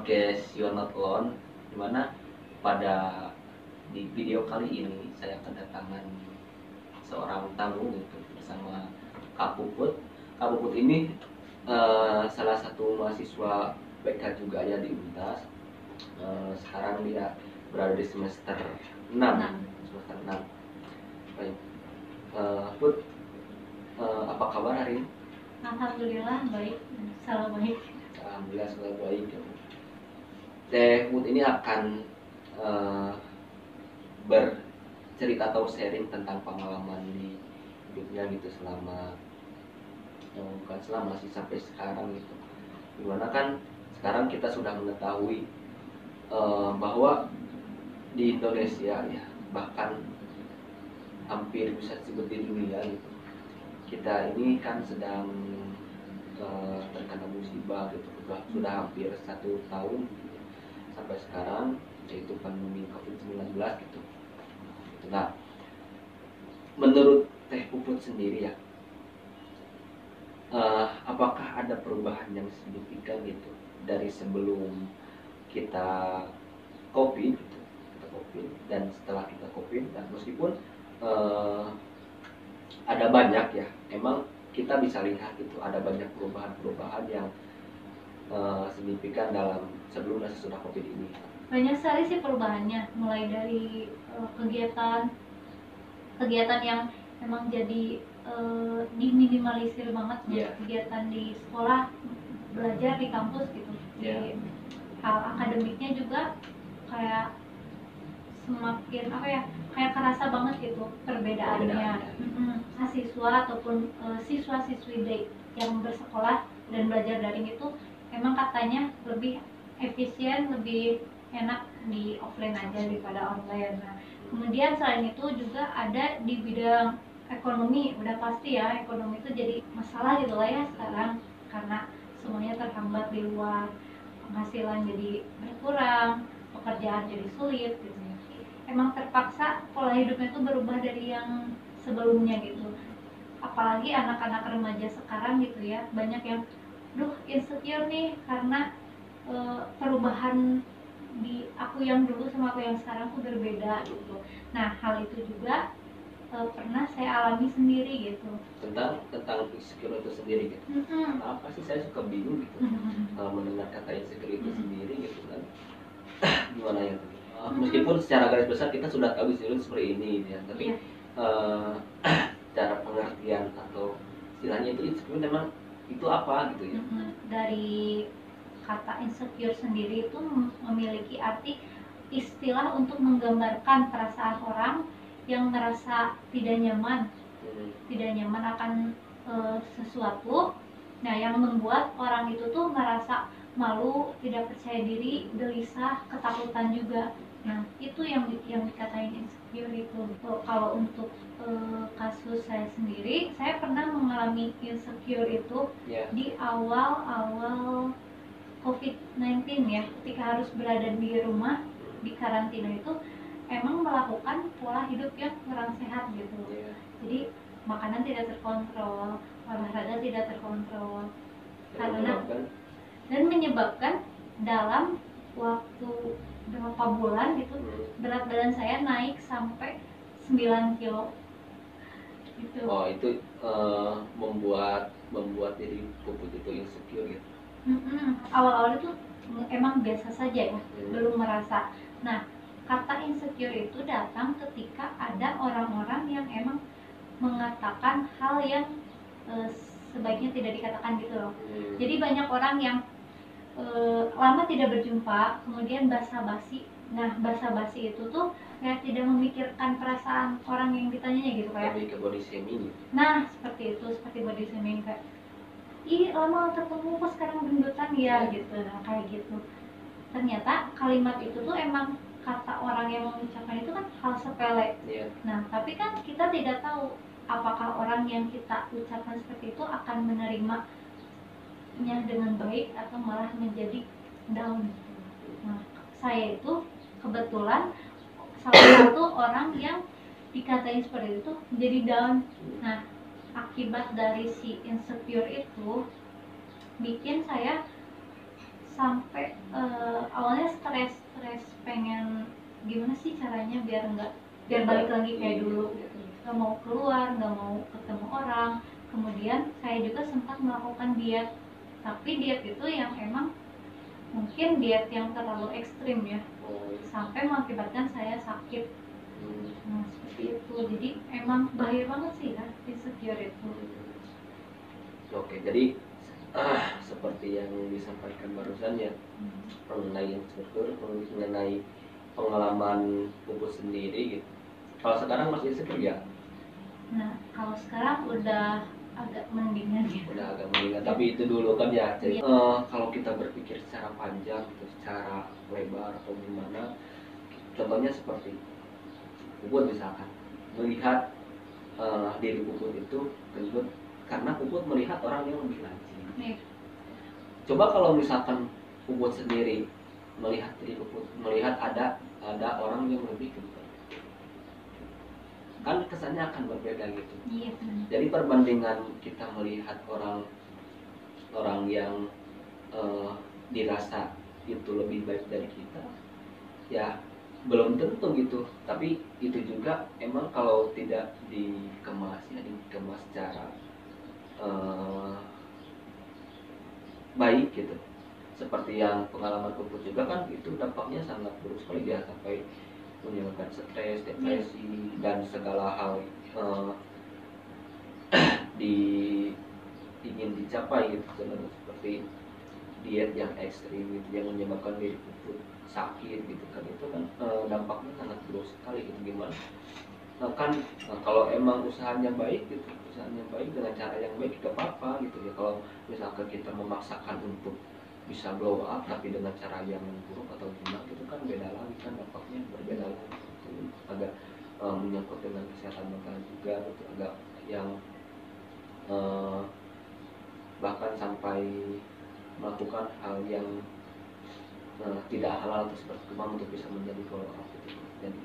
podcast You Are Not Alone, dimana pada di video kali ini saya kedatangan seorang tamu gitu bersama Kak Puput. Kak Puput ini salah satu mahasiswa BK juga ya di Untas. Sekarang dia berada di semester 6. Semester 6. Baik. Put, apa kabar hari ini? Alhamdulillah baik, selalu baik. Alhamdulillah selalu baik. Teh Put ini akan bercerita atau sharing tentang pengalaman di hidupnya gitu selama bukan selama sih, sampai sekarang gitu. Dimana kan sekarang kita sudah mengetahui bahwa di Indonesia ya, bahkan hampir bisa disebut di dunia gitu, kita ini kan sedang terkena musibah gitu, sudah hampir 1 tahun gitu, sampai sekarang, yaitu pandemi COVID-19 gitu. Nah, menurut Teh Puput sendiri ya, apakah ada perubahan yang signifikan gitu dari sebelum kita COVID gitu, dan setelah kita COVID, dan meskipun ada banyak ya, emang kita bisa lihat gitu ada banyak perubahan yang signifikan dalam sebelum dan sesudah COVID ini. Banyak sekali sih perubahannya, mulai dari kegiatan yang memang jadi diminimalisir banget, kegiatan di sekolah, belajar di kampus gitu. Di hal akademiknya juga kayak semakin kayak kerasa banget gitu perbedaannya. Siswa ataupun siswa-siswi yang bersekolah dan belajar daring itu emang katanya lebih efisien, lebih enak di offline aja daripada online. Nah, kemudian selain itu juga ada di bidang ekonomi. Udah pasti ya, ekonomi itu jadi masalah gitu lah ya sekarang, karena semuanya terhambat di luar, penghasilan jadi berkurang, pekerjaan jadi sulit gitu. Emang terpaksa pola hidupnya itu berubah dari yang sebelumnya gitu. Apalagi anak-anak remaja sekarang gitu ya, banyak yang insecure nih karena perubahan di aku yang dulu sama aku yang sekarang tuh berbeda gitu. Nah, hal itu juga pernah saya alami sendiri gitu. Tentang insecure itu sendiri gitu. Apa sih, saya suka bingung gitu mendengar kata insecure itu sendiri gitu kan. Gimana ya? Meskipun secara garis besar kita sudah tahu insecure seperti ini ya, tapi cara pengertian atau istilahnya itu insecure memang itu apa gitu ya. Dari kata insecure sendiri itu memiliki arti istilah untuk menggambarkan perasaan orang yang merasa tidak nyaman akan sesuatu. Nah, yang membuat orang itu tuh merasa malu, tidak percaya diri, gelisah, ketakutan juga. Nah, itu yang dikatain insecure itu. Kalau untuk kasus saya sendiri, saya pernah mengalami insecure itu di awal COVID-19 ya, ketika harus berada di rumah, di karantina itu emang melakukan pola hidup yang kurang sehat gitu. Jadi makanan tidak terkontrol, olahraga tidak terkontrol, dan menyebabkan dalam waktu beberapa bulan gitu berat badan saya naik sampai 9 kilo gitu. Oh, itu membuat diri Puput itu insecure gitu. Awal-awal itu emang biasa saja ya, belum merasa. Nah, kata insecure itu datang ketika ada orang-orang yang emang mengatakan hal yang sebaiknya tidak dikatakan gitu loh. Jadi banyak orang yang lama tidak berjumpa, kemudian basa-basi. Nah, basa-basi itu tuh kayak tidak memikirkan perasaan orang yang ditanyanya gitu, kayak lebih ke body shaming. Nah, seperti itu, seperti body shaming, kayak ih lama ketemu kok sekarang gendutan ya gitu. Nah, kayak gitu. Ternyata kalimat itu tuh emang kata orang yang mengucapkan itu kan hal sepele. Nah, tapi kan kita tidak tahu apakah orang yang kita ucapkan seperti itu akan menerimanya dengan baik atau malah menjadi down. Nah, saya itu kebetulan salah satu orang yang dikatain seperti itu menjadi down. Nah, akibat dari si insecure itu bikin saya sampai caranya biar balik lagi kayak dulu gitu. Nggak mau keluar, nggak mau ketemu orang. Kemudian saya juga sempat melakukan diet, tapi diet itu yang emang mungkin diet yang terlalu ekstrim ya, sampai mengakibatkan saya sakit. Nah seperti itu, jadi emang bahaya banget sih ya insecure itu. Oke, jadi seperti yang disampaikan barusan ya, mengenai insecure, mengenai pengalaman Puput sendiri gitu. Kalau sekarang masih insecure ya? Nah kalau sekarang udah agak mendingan ya. Udah agak mendingan, tapi itu dulu kan ya. Jadi kalau kita berpikir secara panjang gitu, secara lebar atau gimana, contohnya seperti Puput misalkan melihat diri Puput itu gendut karena Puput melihat orang yang lebih lancip. Coba kalau misalkan Puput sendiri melihat diri Puput, melihat ada orang yang lebih gendut, kan kesannya akan berbeda gitu. Iya. Jadi perbandingan kita melihat orang yang dirasa itu lebih baik dari kita, ya belum tentu gitu. Tapi itu juga emang kalau tidak dikemas secara baik gitu. Seperti yang pengalaman Puput juga kan, itu dampaknya sangat buruk sekali ya, sampai menyebabkan stres, depresi, dan segala hal ingin dicapai gitu, seperti diet yang ekstrim gitu, yang menyebabkan diri Puput sakit gitu kan. Itu kan dampaknya sangat buruk sekali gitu. Gimana kalau emang usahanya baik gitu, dengan cara yang baik gak apa-apa gitu ya. Kalau misalkan kita memaksakan untuk bisa blow up tapi dengan cara yang buruk atau gimana, itu kan beda lagi kan, dampaknya berbeda lagi gitu. Agak menyangkut dengan kesehatan mental juga gitu, agak yang bahkan sampai melakukan hal yang tidak halal atau seperti itu untuk bisa menjadi blow up gitu. Jadi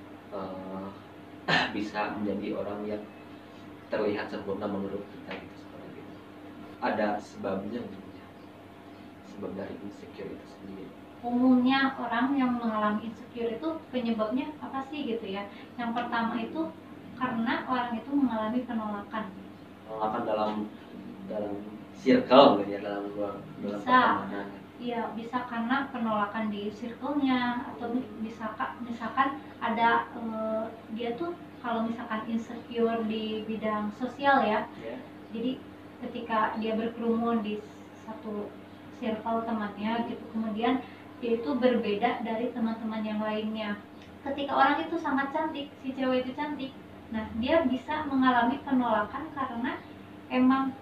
bisa menjadi orang yang terlihat sempurna menurut kita gitu, seperti itu. Ada sebabnya gitu ya, sebab dari insecure itu sendiri. Umumnya orang yang mengalami insecure itu penyebabnya apa sih gitu ya? Yang pertama itu karena orang itu mengalami penolakan dalam circle gitu ya, dalam pertemanan. Iya, bisa karena penolakan di circle-nya, atau misalkan ada dia tuh kalau misalkan insecure di bidang sosial ya. Jadi ketika dia berkerumun di satu circle temannya gitu, kemudian dia itu berbeda dari teman-teman yang lainnya. Ketika orang itu sangat cantik, si cewek itu cantik, nah dia bisa mengalami penolakan karena emang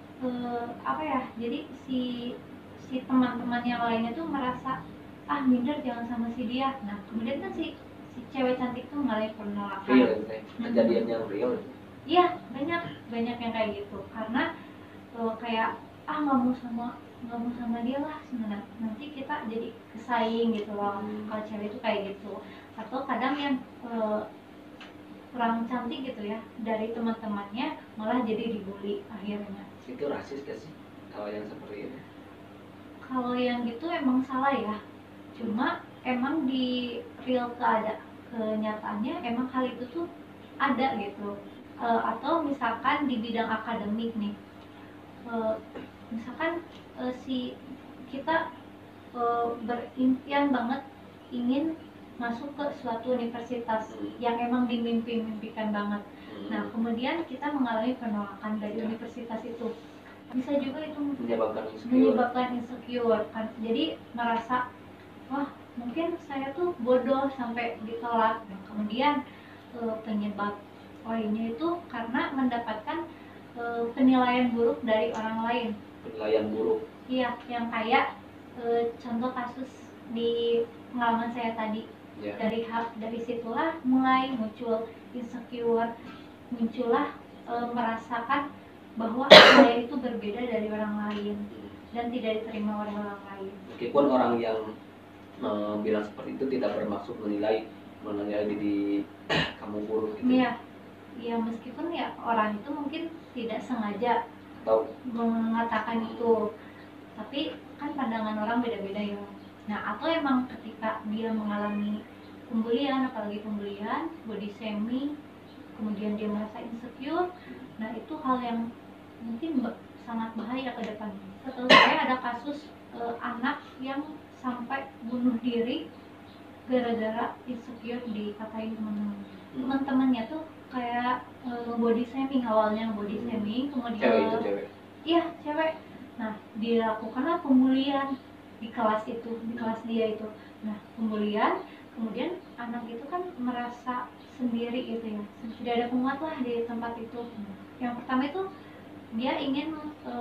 jadi si teman-teman yang lainnya tuh merasa minder jangan sama si dia. Nah kemudian kan si cewek cantik tuh mengalami penolakan. Real, kejadian yang real. Iya, banyak yang kayak gitu, karena kayak nggak mau sama dia lah, nanti kita jadi kesaing gitu loh. Kalau cewek itu kayak gitu. Atau kadang yang kurang cantik gitu ya, dari teman-temannya malah jadi dibully akhirnya. Itu rasis gak sih kalau yang seperti itu? Kalau yang gitu emang salah ya, cuma emang di real kenyataannya emang hal itu tuh ada gitu. Atau misalkan di bidang akademik nih, misalkan si kita berimpian banget ingin masuk ke suatu universitas yang emang dimimpi-mimpikan banget. Nah kemudian kita mengalami penolakan dari universitas itu, bisa juga itu menyebabkan insecure kan. Jadi merasa wah mungkin saya tuh bodoh sampai ditolak. Nah, kemudian penyebab lainnya itu karena mendapatkan penilaian buruk dari orang lain. Penilaian buruk? Iya, yang kayak contoh kasus di pengalaman saya tadi. Dari situlah mulai muncul insecure, muncullah merasakan bahwa saya itu berbeda dari orang lain dan tidak diterima oleh orang lain. Meskipun orang yang bilang seperti itu tidak bermaksud menilai diri kamu buruk gitu. Iya, meskipun ya orang itu mungkin tidak sengaja atau mengatakan itu, tapi kan pandangan orang beda-beda ya. Nah atau emang ketika dia mengalami pembulian, apalagi pembulian, body shaming, kemudian dia merasa insecure. Nah itu hal yang mungkin sangat bahaya ke depan. Setahu saya ada kasus anak yang sampai bunuh diri gara-gara insecure dikatain teman-teman. Teman-temannya tuh kayak body shaming, awalnya body shaming, kemudian cewek itu cewek. Iya, cewek. Nah, dilakukanlah pembulian di kelas itu, di kelas dia itu. Nah, pembulian, kemudian anak itu kan merasa sendiri gitu ya, tidak ada penguat lah di tempat itu. Yang pertama itu dia ingin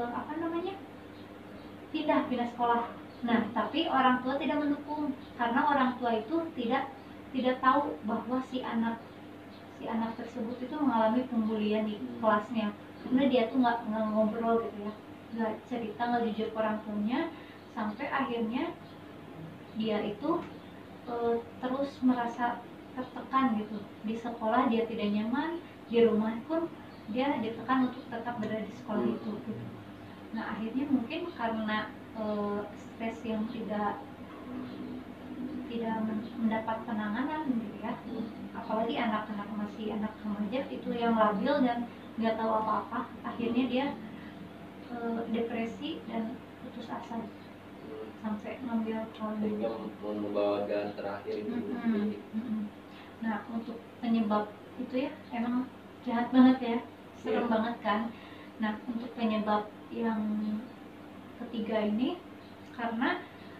pindah sekolah. Nah, tapi orang tua tidak mendukung karena orang tua itu tidak tahu bahwa si anak tersebut itu mengalami pembulian di kelasnya. Karena dia tuh nggak ngobrol gitu ya, nggak cerita, nggak jujur ke orang tuanya, sampai akhirnya dia itu terus merasa tertekan gitu. Di sekolah dia tidak nyaman, di rumah pun dia ditekan untuk tetap berada di sekolah itu gitu. Nah akhirnya mungkin karena stres yang tidak mendapat penanganan gitu ya, apalagi anak-anak masih anak remaja itu yang labil dan nggak tahu apa-apa, akhirnya dia depresi dan putus asa sampai ngambil sehingga membawa jalan terakhir itu. Nah untuk penyebab itu ya emang jahat banget ya, serem banget kan. Nah untuk penyebab yang ketiga ini karena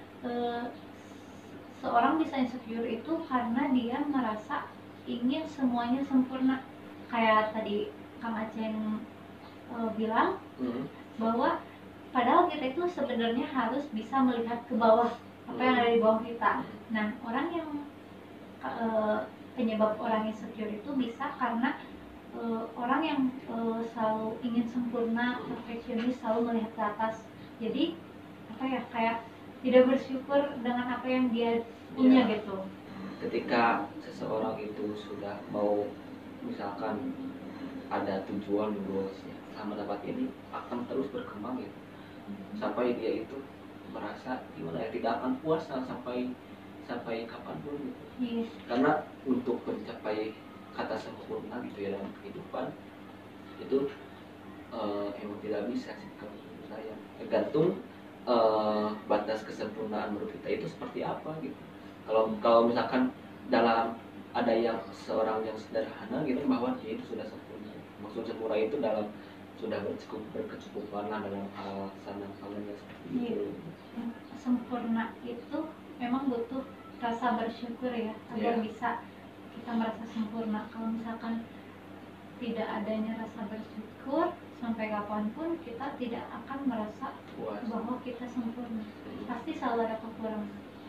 seorang bisa insecure itu karena dia merasa ingin semuanya sempurna, kayak tadi Kang Aceng bilang bahwa padahal kita itu sebenarnya harus bisa melihat ke bawah apa yang ada di bawah kita. Nah orang yang penyebab orang insecure itu bisa karena orang yang selalu ingin sempurna, perfeksionis, selalu melihat ke atas, jadi kayak tidak bersyukur dengan apa yang dia punya gitu. Ketika seseorang itu sudah mau misalkan ada tujuan goalsnya sama dapat ini akan terus berkembang gitu, sampai dia itu merasa gimana ya, tidak akan puas sampai kapanpun gitu. Karena untuk mencapai kata sempurna gitu ya dalam kehidupan itu emang tidak bisa sih kalau menurut saya, tergantung batas kesempurnaan menurut kita itu seperti apa gitu. Kalau misalkan dalam ada yang seorang yang sederhana gitu bahwa dia itu sudah sempurna, maksud sempurna itu dalam sudah berkecukupan lah dalam hal sana halnya seperti itu. Sempurna itu memang butuh rasa bersyukur ya agar bisa kita merasa sempurna. Kalau misalkan tidak adanya rasa bersyukur, sampai kapanpun kita tidak akan merasa puas bahwa kita sempurna. Pasti selalu ada kekurangan.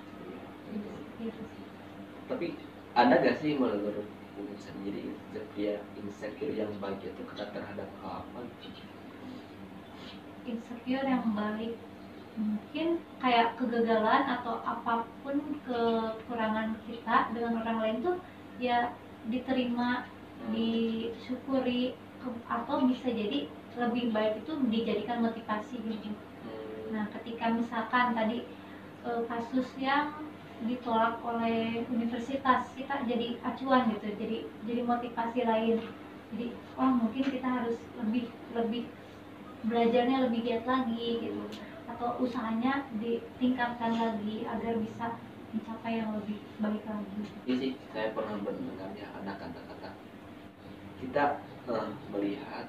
Tapi ada gak sih menurut sendiri insecure yang baik itu kita terhadap apa? Insecure yang baik mungkin kayak kegagalan atau apapun kekurangan kita dengan orang lain tuh ya diterima, disyukuri, atau bisa jadi lebih baik itu dijadikan motivasi gitu. Nah ketika misalkan tadi kasus yang ditolak oleh universitas, kita jadi acuan gitu, jadi motivasi lain. Jadi mungkin kita harus lebih belajarnya lebih giat lagi gitu, atau usahanya ditingkatkan lagi agar bisa mencapai yang lebih baik lagi. Iya sih, saya pernah mendengar ya ada kata-kata kita melihat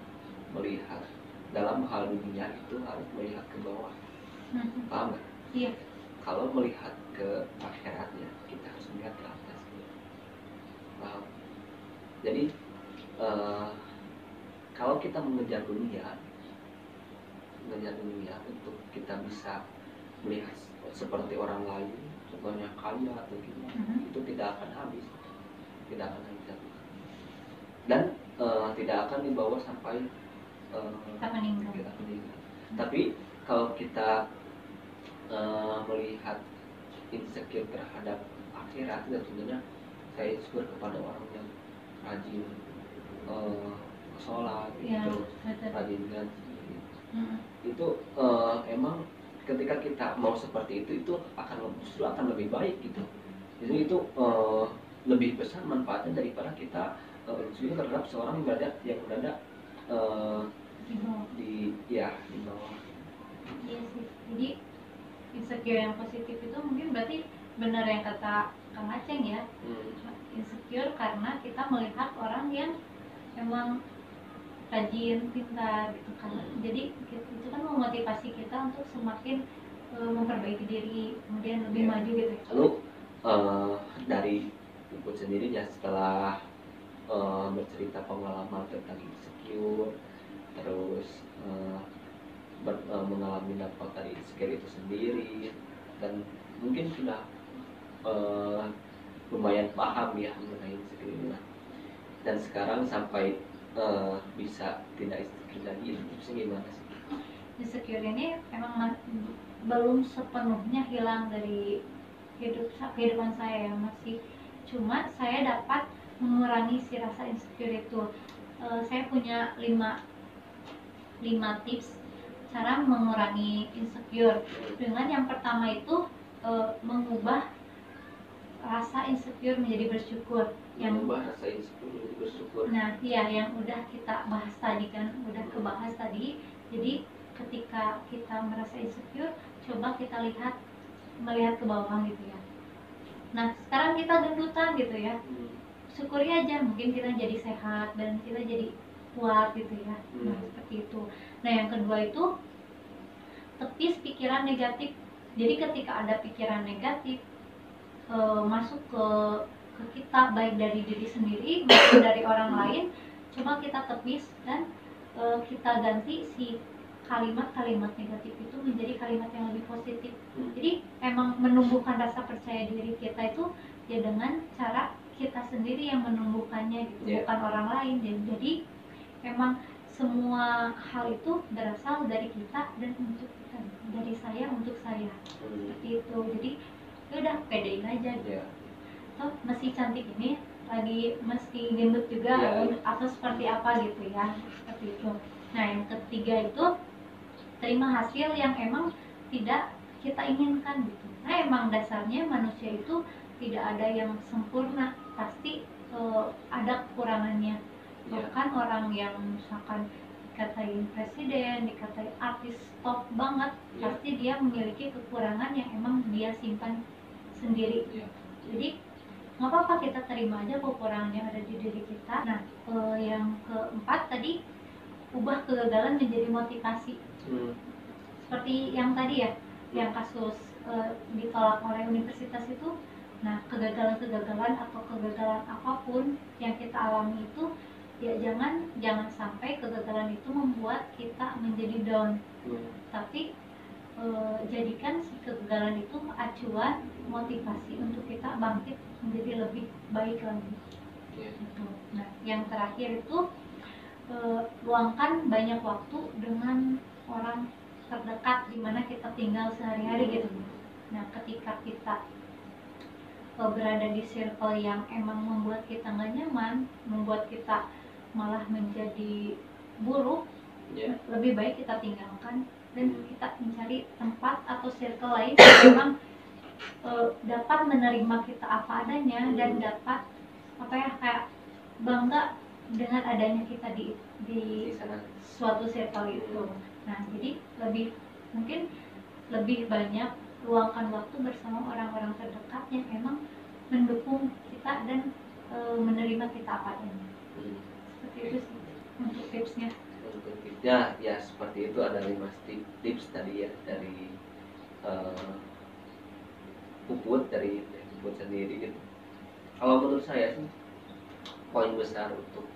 dalam hal dunia itu harus melihat ke bawah. Paham nggak? Iya. Kalau melihat ke akhirat ya kita harus melihat ke atas. Paham? Jadi kalau kita mengejar dunia untuk kita bisa melihat seperti orang lain, contohnya kaya atau gimana, itu tidak akan habis, dan tidak akan dibawa sampai kita meninggal. Tapi kalau kita melihat insecure terhadap akhirat, dan sebenarnya saya syukur kepada orang yang rajin sholat, rajin ngaji. Itu emang ketika kita mau seperti itu akan justru akan lebih baik gitu. Jadi itu lebih besar manfaatnya daripada kita insecure terhadap seorang yang berada di bawah. Iya sih. Jadi insecure yang positif itu mungkin berarti benar yang kata Kang Aceng ya. Insecure karena kita melihat orang yang memang rajin, pintar gitu kan. Jadi itu kan memotivasi kita untuk semakin memperbaiki diri, kemudian lebih maju gitu. Lalu dari Puput sendiri ya, setelah bercerita pengalaman tentang insecure, terus mengalami dampak dari insecure itu sendiri, dan mungkin sudah lumayan paham ya mengenai insecure ini. Dan sekarang sampai bisa tidak insecure lagi, itu gimana sih? Insecure ini emang belum sepenuhnya hilang dari kehidupan saya ya, masih, cuma saya dapat mengurangi si rasa insecure itu. Saya punya 5 tips cara mengurangi insecure. Dengan yang pertama itu mengubah rasa insecure menjadi bersyukur. Mengubah rasa insecure menjadi bersyukur. Nah, iya, yang udah kita bahas tadi kan, udah kebahas tadi. Jadi ketika kita merasa insecure, coba kita melihat ke bawah gitu ya. Nah, sekarang kita gendutan gitu ya, syukuri aja, mungkin kita jadi sehat dan kita jadi kuat gitu ya. Nah, seperti itu. Nah, yang kedua itu tepis pikiran negatif. Jadi ketika ada pikiran negatif masuk ke kita, baik dari diri sendiri maupun dari orang lain, coba kita tepis dan kita ganti si kalimat-kalimat negatif itu menjadi kalimat yang lebih positif. Jadi emang menumbuhkan rasa percaya diri kita itu ya dengan cara kita sendiri yang menumbuhkannya gitu, bukan orang lain. Jadi emang semua hal itu berasal dari kita dan untuk kita, dari saya untuk saya, seperti itu. Jadi udah pedein aja gitu. Toh masih cantik ini, lagi meski gendut juga atau seperti apa gitu ya, seperti itu. Nah, yang ketiga itu terima hasil yang emang tidak kita inginkan gitu. Nah, emang dasarnya manusia itu tidak ada yang sempurna, pasti ada kekurangannya. Bahkan orang yang misalkan dikatain presiden, dikatain artis top banget, pasti dia memiliki kekurangan yang emang dia simpan sendiri. Jadi nggak apa-apa, kita terima aja kekurangan yang ada di diri kita. Nah, yang keempat tadi, ubah kegagalan menjadi motivasi. Seperti yang tadi ya, yang kasus ditolak oleh universitas itu. Nah, kegagalan atau kegagalan apapun yang kita alami itu, ya jangan sampai kegagalan itu membuat kita menjadi down. Tapi jadikan si kegagalan itu acuan motivasi untuk kita bangkit menjadi lebih baik lagi. Nah, yang terakhir itu luangkan banyak waktu dengan orang terdekat di mana kita tinggal sehari-hari gitu. Nah, ketika kita berada di circle yang emang membuat kita nggak nyaman, membuat kita malah menjadi buruk, lebih baik kita tinggalkan dan kita mencari tempat atau circle lain yang memang dapat menerima kita apa adanya dan dapat kayak bangga dengan adanya kita di suatu circle itu. Nah, jadi mungkin lebih banyak luangkan waktu bersama orang-orang terdekat yang emang mendukung kita dan menerima kita apa adanya. Seperti itu sih untuk tipsnya. Ya seperti itu, ada 5 tips tadi ya dari Puput, dari Puput sendiri gitu. Kalau menurut saya sih poin besar untuk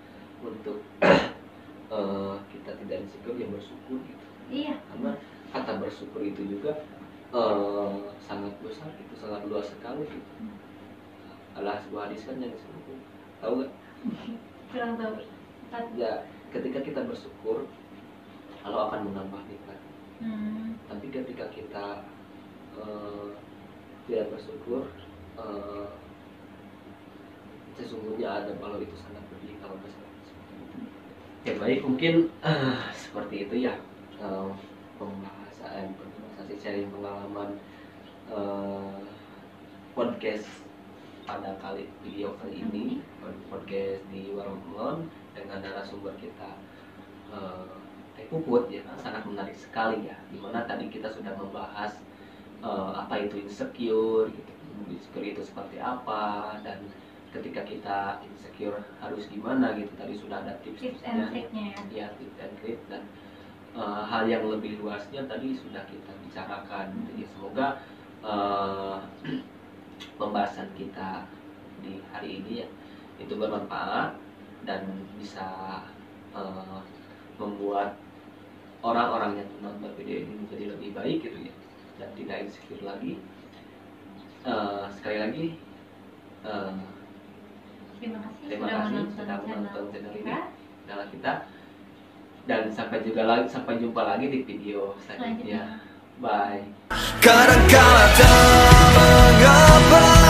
kita tidak insecure ya bersyukur gitu. Iya. Karena kata bersyukur itu juga sangat besar, itu sangat luas sekali gitu. Adalah sebuah hadis kan yang disebut, tahu nggak? Kurang tahu. Ya, ketika kita bersyukur, Allah akan menambah nikmat. Tapi ketika kita tidak bersyukur, sesungguhnya ada kalau itu sangat pedih kalau besar. Ya baik, mungkin seperti itu ya pembahasan sharing pengalaman podcast pada video kali ini, podcast di Warung Melon dengan narasumber kita Teh Puput ya, sangat menarik sekali ya. Dimana tadi kita sudah membahas apa itu insecure gitu. Insecure itu seperti apa, dan ketika kita insecure harus gimana gitu. Tadi sudah ada tips and triknya ya, tips and trik, dan hal yang lebih luasnya tadi sudah kita bicarakan. Jadi semoga pembahasan kita di hari ini ya itu bermanfaat dan bisa membuat orang-orang yang menonton video ini menjadi lebih baik gitu ya, dan tidak insecure lagi. Sekali lagi terima kasih sudah menonton channel ini, channel kita, dan sampai jumpa lagi di video selanjutnya. Bye. Kadang-kadang tak mengapa